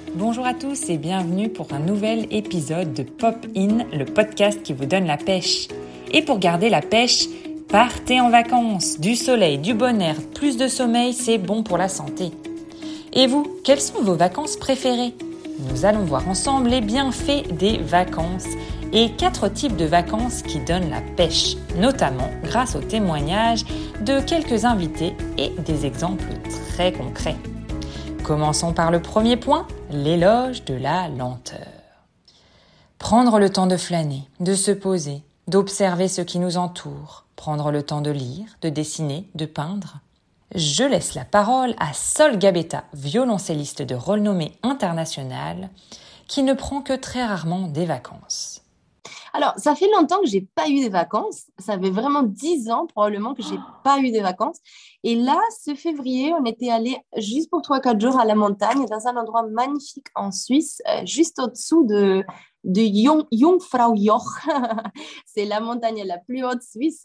Bonjour à tous et bienvenue pour un nouvel épisode de Pop In, le podcast qui vous donne la pêche. Et pour garder la pêche, partez en vacances. Du soleil, du bon air, plus de sommeil, c'est bon pour la santé. Et vous, quelles sont vos vacances préférées ? Nous allons voir ensemble les bienfaits des vacances et 4 types de vacances qui donnent la pêche, notamment grâce aux témoignages de quelques invités et des exemples très concrets. Commençons par le premier point, l'éloge de la lenteur. Prendre le temps de flâner, de se poser, d'observer ce qui nous entoure, prendre le temps de lire, de dessiner, de peindre. Je laisse la parole à Sol Gabetta, violoncelliste de renommée internationale, qui ne prend que très rarement des vacances. Alors, ça fait longtemps que j'ai pas eu des vacances. Ça fait vraiment 10 ans probablement que j'ai pas eu des vacances. Et là, ce février, on était allé juste pour 3-4 jours à la montagne, dans un endroit magnifique en Suisse, juste au-dessous de Jungfraujoch. C'est la montagne la plus haute Suisse.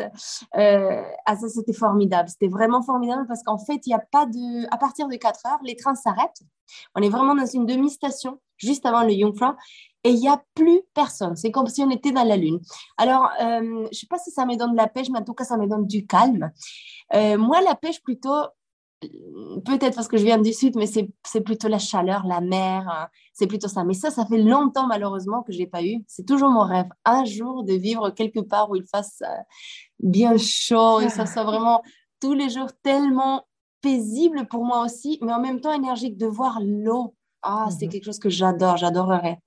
Ça, c'était formidable. C'était vraiment formidable parce qu'en fait, il y a pas de... À partir de 4 heures, les trains s'arrêtent. On est vraiment dans une demi-station, juste avant le Jungfrau. Et il n'y a plus personne. C'est comme si on était dans la lune. Alors, je ne sais pas si ça me donne de la pêche, mais en tout cas, ça me donne du calme. Moi, la pêche, plutôt, peut-être parce que je viens du sud, mais c'est plutôt la chaleur, la mer, hein, c'est plutôt ça. Mais ça fait longtemps, malheureusement, que je ne l'ai pas eu. C'est toujours mon rêve, un jour, de vivre quelque part où il fasse bien chaud et ça soit vraiment tous les jours tellement paisible pour moi aussi, mais en même temps énergique de voir l'eau. C'est quelque chose que j'adorerais.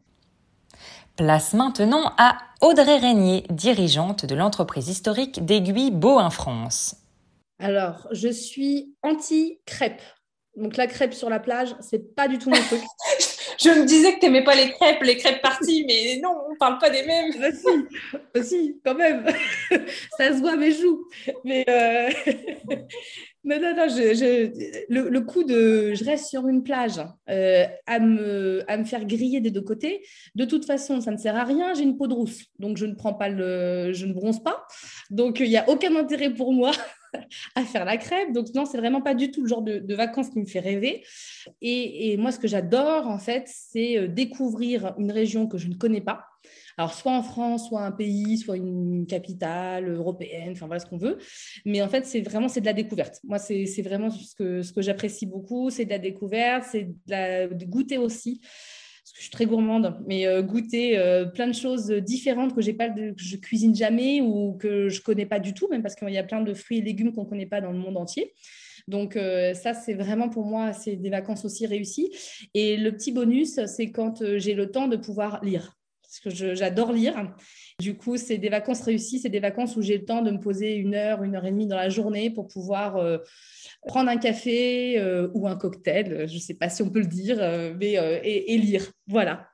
Place maintenant à Audrey Régnier, dirigeante de l'entreprise historique d'Aiguille Beauhain France. Alors, je suis anti-crêpes. Donc la crêpe sur la plage, c'est pas du tout mon truc. Je me disais que t'aimais pas les crêpes parties, mais non, on parle pas des mêmes. Si, quand même. Ça se voit mes joues. Mais non, le coup de je reste sur une plage à me faire griller des deux côtés, de toute façon, ça ne sert à rien. J'ai une peau de rousse, donc je ne bronze pas. Donc, il n'y a aucun intérêt pour moi à faire la crêpe. Donc, non, c'est vraiment pas du tout le genre de vacances qui me fait rêver. Et moi, ce que j'adore, en fait, c'est découvrir une région que je ne connais pas. Alors, soit en France, soit un pays, soit une capitale européenne, enfin voilà ce qu'on veut. Mais en fait, c'est de la découverte. Moi, c'est vraiment ce que j'apprécie beaucoup, c'est de la découverte, c'est de goûter aussi. Parce que je suis très gourmande, mais goûter plein de choses différentes que je cuisine jamais ou que je connais pas du tout, même parce qu'il y a plein de fruits et légumes qu'on connaît pas dans le monde entier. Donc ça, c'est vraiment pour moi, c'est des vacances aussi réussies. Et le petit bonus, c'est quand j'ai le temps de pouvoir lire. Parce que j'adore lire. Du coup, c'est des vacances réussies, c'est des vacances où j'ai le temps de me poser 1 heure et demie dans la journée pour pouvoir prendre un café ou un cocktail, je ne sais pas si on peut le dire, et lire. Voilà.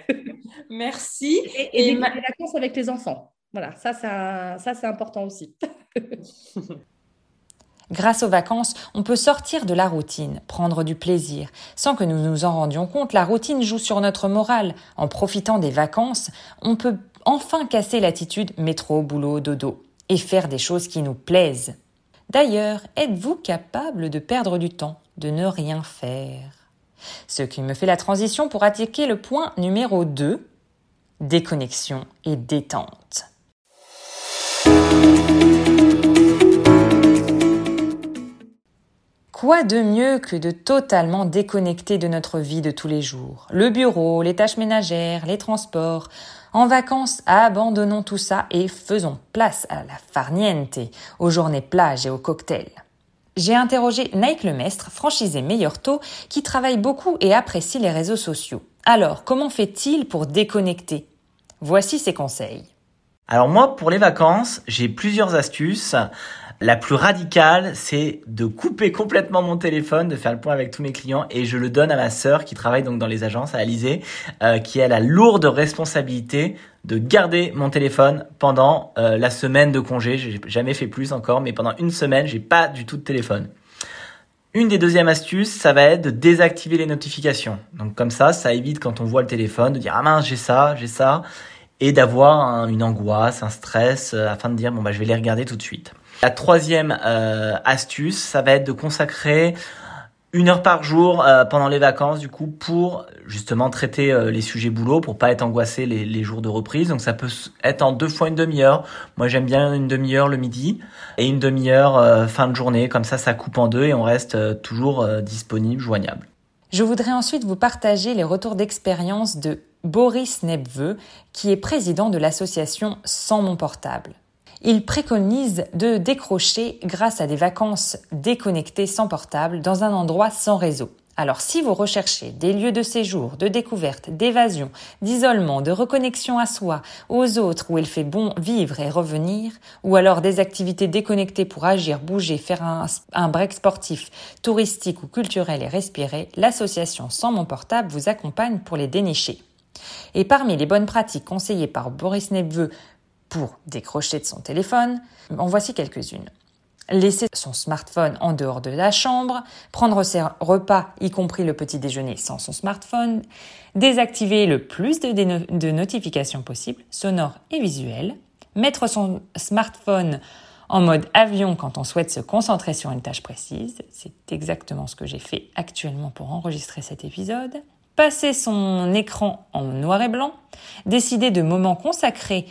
Merci. Et des vacances avec les enfants. Voilà, ça c'est important aussi. Grâce aux vacances, on peut sortir de la routine, prendre du plaisir. Sans que nous nous en rendions compte, la routine joue sur notre morale. En profitant des vacances, on peut enfin casser l'attitude métro, boulot, dodo et faire des choses qui nous plaisent. D'ailleurs, êtes-vous capable de perdre du temps, de ne rien faire ? Ce qui me fait la transition pour attaquer le point numéro 2, déconnexion et détente. Quoi de mieux que de totalement déconnecter de notre vie de tous les jours ? Le bureau, les tâches ménagères, les transports. En vacances, abandonnons tout ça et faisons place à la farniente, aux journées plage et aux cocktails. J'ai interrogé Nike Lemestre, franchisé Meilleur Taux, qui travaille beaucoup et apprécie les réseaux sociaux. Alors, comment fait-il pour déconnecter ? Voici ses conseils. Alors moi, pour les vacances, j'ai plusieurs astuces. La plus radicale, c'est de couper complètement mon téléphone, de faire le point avec tous mes clients, et je le donne à ma sœur qui travaille donc dans les agences, à Alizé, qui a la lourde responsabilité de garder mon téléphone pendant la semaine de congé. J'ai jamais fait plus encore, mais pendant une semaine, j'ai pas du tout de téléphone. Une des deuxièmes astuces, ça va être de désactiver les notifications. Donc comme ça évite quand on voit le téléphone de dire « Ah mince, j'ai ça », et d'avoir une angoisse, un stress, afin de dire « Bon, je vais les regarder tout de suite ». La troisième astuce, ça va être de consacrer 1 heure par jour pendant les vacances, du coup, pour justement traiter les sujets boulot, pour pas être angoissé les jours de reprise. Donc, ça peut être en 2 fois une demi-heure. Moi, j'aime bien une demi-heure le midi et une demi-heure fin de journée. Comme ça coupe en 2 et on reste toujours disponible, joignable. Je voudrais ensuite vous partager les retours d'expérience de Boris Nepveu, qui est président de l'association Sans mon portable. Il préconise de décrocher grâce à des vacances déconnectées sans portable dans un endroit sans réseau. Alors si vous recherchez des lieux de séjour, de découverte, d'évasion, d'isolement, de reconnexion à soi, aux autres où il fait bon vivre et revenir, ou alors des activités déconnectées pour agir, bouger, faire un break sportif, touristique ou culturel et respirer, l'association Sans mon portable vous accompagne pour les dénicher. Et parmi les bonnes pratiques conseillées par Boris Nepveu pour décrocher de son téléphone, en voici quelques-unes. Laisser son smartphone en dehors de la chambre, prendre ses repas, y compris le petit déjeuner, sans son smartphone, désactiver le plus de notifications possibles, sonores et visuelles, mettre son smartphone en mode avion quand on souhaite se concentrer sur une tâche précise, c'est exactement ce que j'ai fait actuellement pour enregistrer cet épisode, passer son écran en noir et blanc, décider de moments consacrés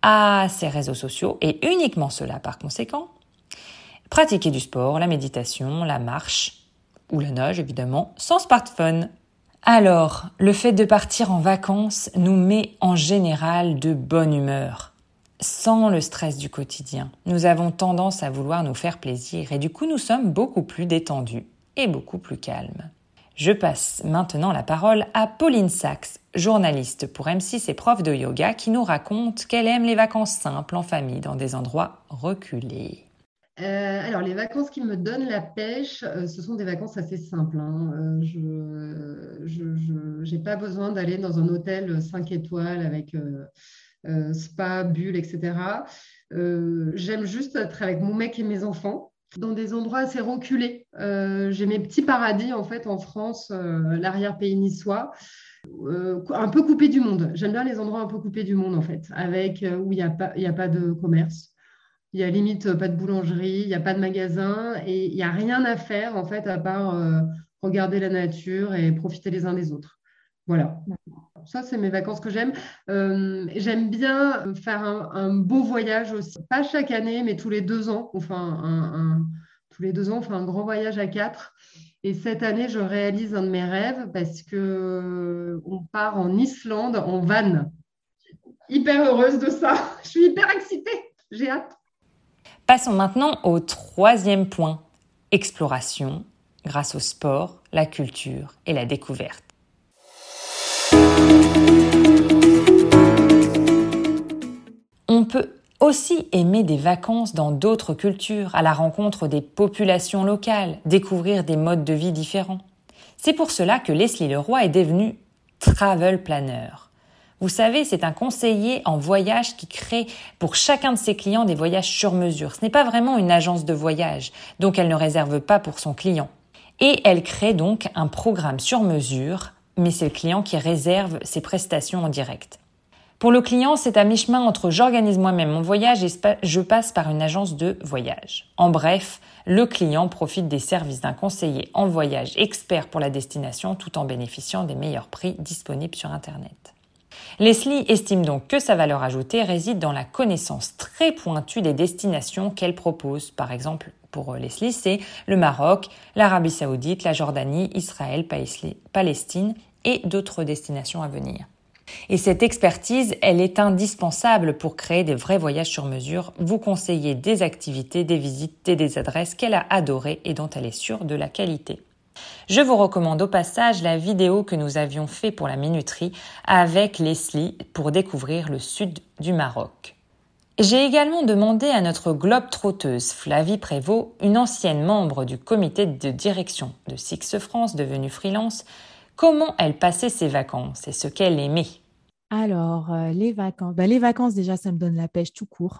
à ses réseaux sociaux et uniquement cela par conséquent, pratiquer du sport, la méditation, la marche ou la nage évidemment, sans smartphone. Alors, le fait de partir en vacances nous met en général de bonne humeur, sans le stress du quotidien. Nous avons tendance à vouloir nous faire plaisir et du coup nous sommes beaucoup plus détendus et beaucoup plus calmes. Je passe maintenant la parole à Pauline Sachs, journaliste pour M6 et prof de yoga, qui nous raconte qu'elle aime les vacances simples en famille dans des endroits reculés. Alors, les vacances qui me donnent la pêche, ce sont des vacances assez simples. Je n'ai pas besoin d'aller dans un hôtel 5 étoiles avec spa, bulle, etc. J'aime juste être avec mon mec et mes enfants dans des endroits assez reculés. J'ai mes petits paradis en fait en France, l'arrière-pays niçois, un peu coupé du monde. J'aime bien les endroits un peu coupés du monde en fait, avec où il y a pas de commerce. Il y a limite pas de boulangerie, il n'y a pas de magasin et il n'y a rien à faire en fait à part regarder la nature et profiter les uns des autres. Voilà. Ça, c'est mes vacances que j'aime. J'aime bien faire un beau voyage aussi. Pas chaque année, mais tous les 2 ans. Tous les 2 ans, on fait un grand voyage à 4. Et cette année, je réalise un de mes rêves parce qu'on part en Islande en van. Hyper heureuse de ça. Je suis hyper excitée. J'ai hâte. Passons maintenant au 3e point, exploration, grâce au sport, la culture et la découverte. On peut aussi aimer des vacances dans d'autres cultures, à la rencontre des populations locales, découvrir des modes de vie différents. C'est pour cela que Leslie Leroy est devenue travel planner. Vous savez, c'est un conseiller en voyage qui crée pour chacun de ses clients des voyages sur mesure. Ce n'est pas vraiment une agence de voyage, donc elle ne réserve pas pour son client. Et elle crée donc un programme sur mesure, mais c'est le client qui réserve ses prestations en direct. Pour le client, c'est à mi-chemin entre j'organise moi-même mon voyage et je passe par une agence de voyage. En bref, le client profite des services d'un conseiller en voyage expert pour la destination tout en bénéficiant des meilleurs prix disponibles sur Internet. Leslie estime donc que sa valeur ajoutée réside dans la connaissance très pointue des destinations qu'elle propose. Par exemple, pour Leslie, c'est le Maroc, l'Arabie Saoudite, la Jordanie, Israël, Palestine et d'autres destinations à venir. Et cette expertise, elle est indispensable pour créer des vrais voyages sur mesure, vous conseiller des activités, des visites et des adresses qu'elle a adorées et dont elle est sûre de la qualité. Je vous recommande au passage la vidéo que nous avions fait pour la minuterie avec Leslie pour découvrir le sud du Maroc. J'ai également demandé à notre globe-trotteuse Flavie Prévost, une ancienne membre du comité de direction de Six France devenue freelance, comment elle passait ses vacances et ce qu'elle aimait. Alors, les vacances, déjà, ça me donne la pêche tout court.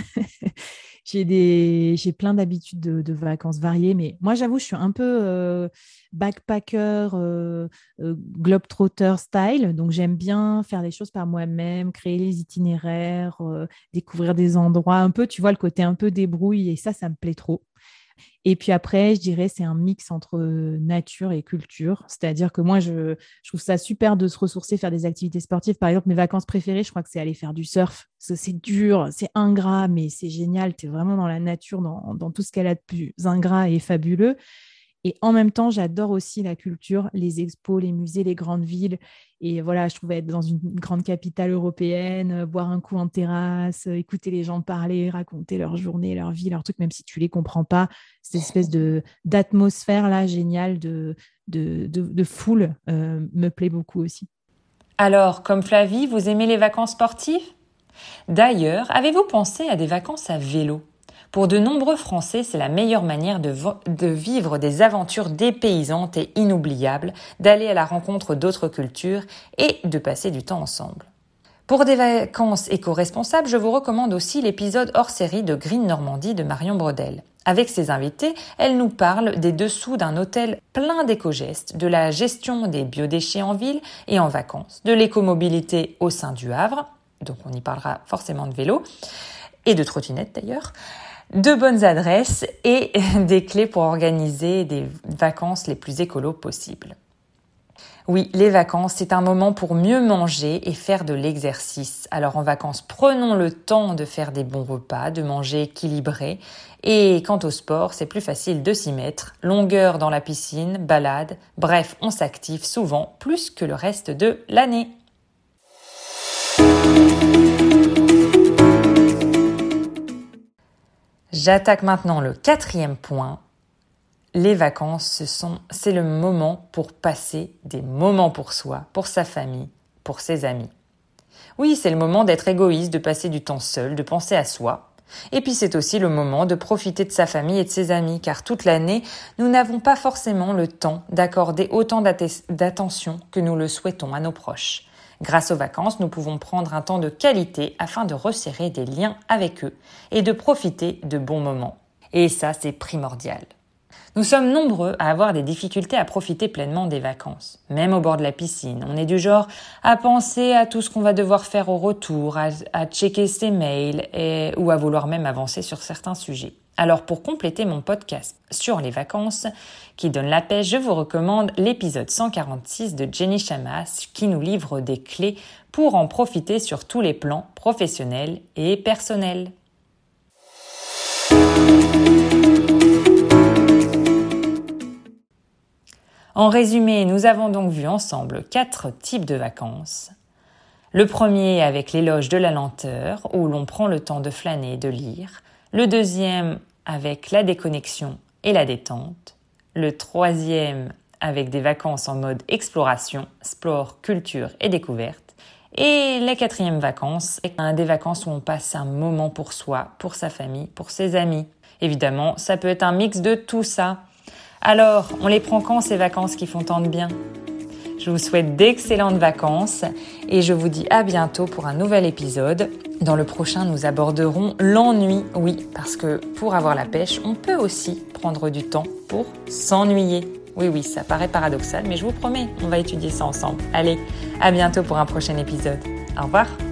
J'ai plein d'habitudes de vacances variées, mais moi, j'avoue, je suis un peu backpacker, globetrotter style. Donc, j'aime bien faire les choses par moi-même, créer les itinéraires, découvrir des endroits, un peu, tu vois, le côté un peu débrouille et ça me plaît trop. Et puis après, je dirais, c'est un mix entre nature et culture. C'est-à-dire que moi, je trouve ça super de se ressourcer, faire des activités sportives. Par exemple, mes vacances préférées, je crois que c'est aller faire du surf. C'est dur, c'est ingrat, mais c'est génial. Tu es vraiment dans la nature, dans tout ce qu'elle a de plus ingrat et fabuleux. Et en même temps, j'adore aussi la culture, les expos, les musées, les grandes villes. Et voilà, je trouvais être dans une grande capitale européenne, boire un coup en terrasse, écouter les gens parler, raconter leur journée, leur vie, leur truc, même si tu les comprends pas. Cette espèce d'atmosphère là géniale de foule me plaît beaucoup aussi. Alors, comme Flavie, vous aimez les vacances sportives ? D'ailleurs, avez-vous pensé à des vacances à vélo ? Pour de nombreux Français, c'est la meilleure manière de vivre des aventures dépaysantes et inoubliables, d'aller à la rencontre d'autres cultures et de passer du temps ensemble. Pour des vacances éco-responsables, je vous recommande aussi l'épisode hors-série de Green Normandie de Marion Brodel. Avec ses invités, elle nous parle des dessous d'un hôtel plein d'éco-gestes, de la gestion des biodéchets en ville et en vacances, de l'écomobilité au sein du Havre, donc on y parlera forcément de vélo, et de trottinette d'ailleurs, de bonnes adresses et des clés pour organiser des vacances les plus écolos possibles. Oui, les vacances, c'est un moment pour mieux manger et faire de l'exercice. Alors en vacances, prenons le temps de faire des bons repas, de manger équilibré. Et quant au sport, c'est plus facile de s'y mettre. Longueur dans la piscine, balade, bref, on s'active souvent plus que le reste de l'année. J'attaque maintenant le 4e point. Les vacances, c'est le moment pour passer des moments pour soi, pour sa famille, pour ses amis. Oui, c'est le moment d'être égoïste, de passer du temps seul, de penser à soi. Et puis c'est aussi le moment de profiter de sa famille et de ses amis, car toute l'année, nous n'avons pas forcément le temps d'accorder autant d'attention que nous le souhaitons à nos proches. Grâce aux vacances, nous pouvons prendre un temps de qualité afin de resserrer des liens avec eux et de profiter de bons moments. Et ça, c'est primordial. Nous sommes nombreux à avoir des difficultés à profiter pleinement des vacances. Même au bord de la piscine, on est du genre à penser à tout ce qu'on va devoir faire au retour, à checker ses mails ou à vouloir même avancer sur certains sujets. Alors pour compléter mon podcast sur les vacances qui donne la pêche, je vous recommande l'épisode 146 de Jenny Chamas qui nous livre des clés pour en profiter sur tous les plans professionnels et personnels. En résumé, nous avons donc vu ensemble 4 types de vacances. Le premier avec l'éloge de la lenteur, où l'on prend le temps de flâner et de lire. Le deuxième avec la déconnexion et la détente. Le troisième avec des vacances en mode exploration, sport, culture et découverte. Et la 4e vacance, des vacances où on passe un moment pour soi, pour sa famille, pour ses amis. Évidemment, ça peut être un mix de tout ça. Alors, on les prend quand ces vacances qui font tant de bien ? Je vous souhaite d'excellentes vacances et je vous dis à bientôt pour un nouvel épisode. Dans le prochain, nous aborderons l'ennui. Oui, parce que pour avoir la pêche, on peut aussi prendre du temps pour s'ennuyer. Oui, ça paraît paradoxal, mais je vous promets, on va étudier ça ensemble. Allez, à bientôt pour un prochain épisode. Au revoir.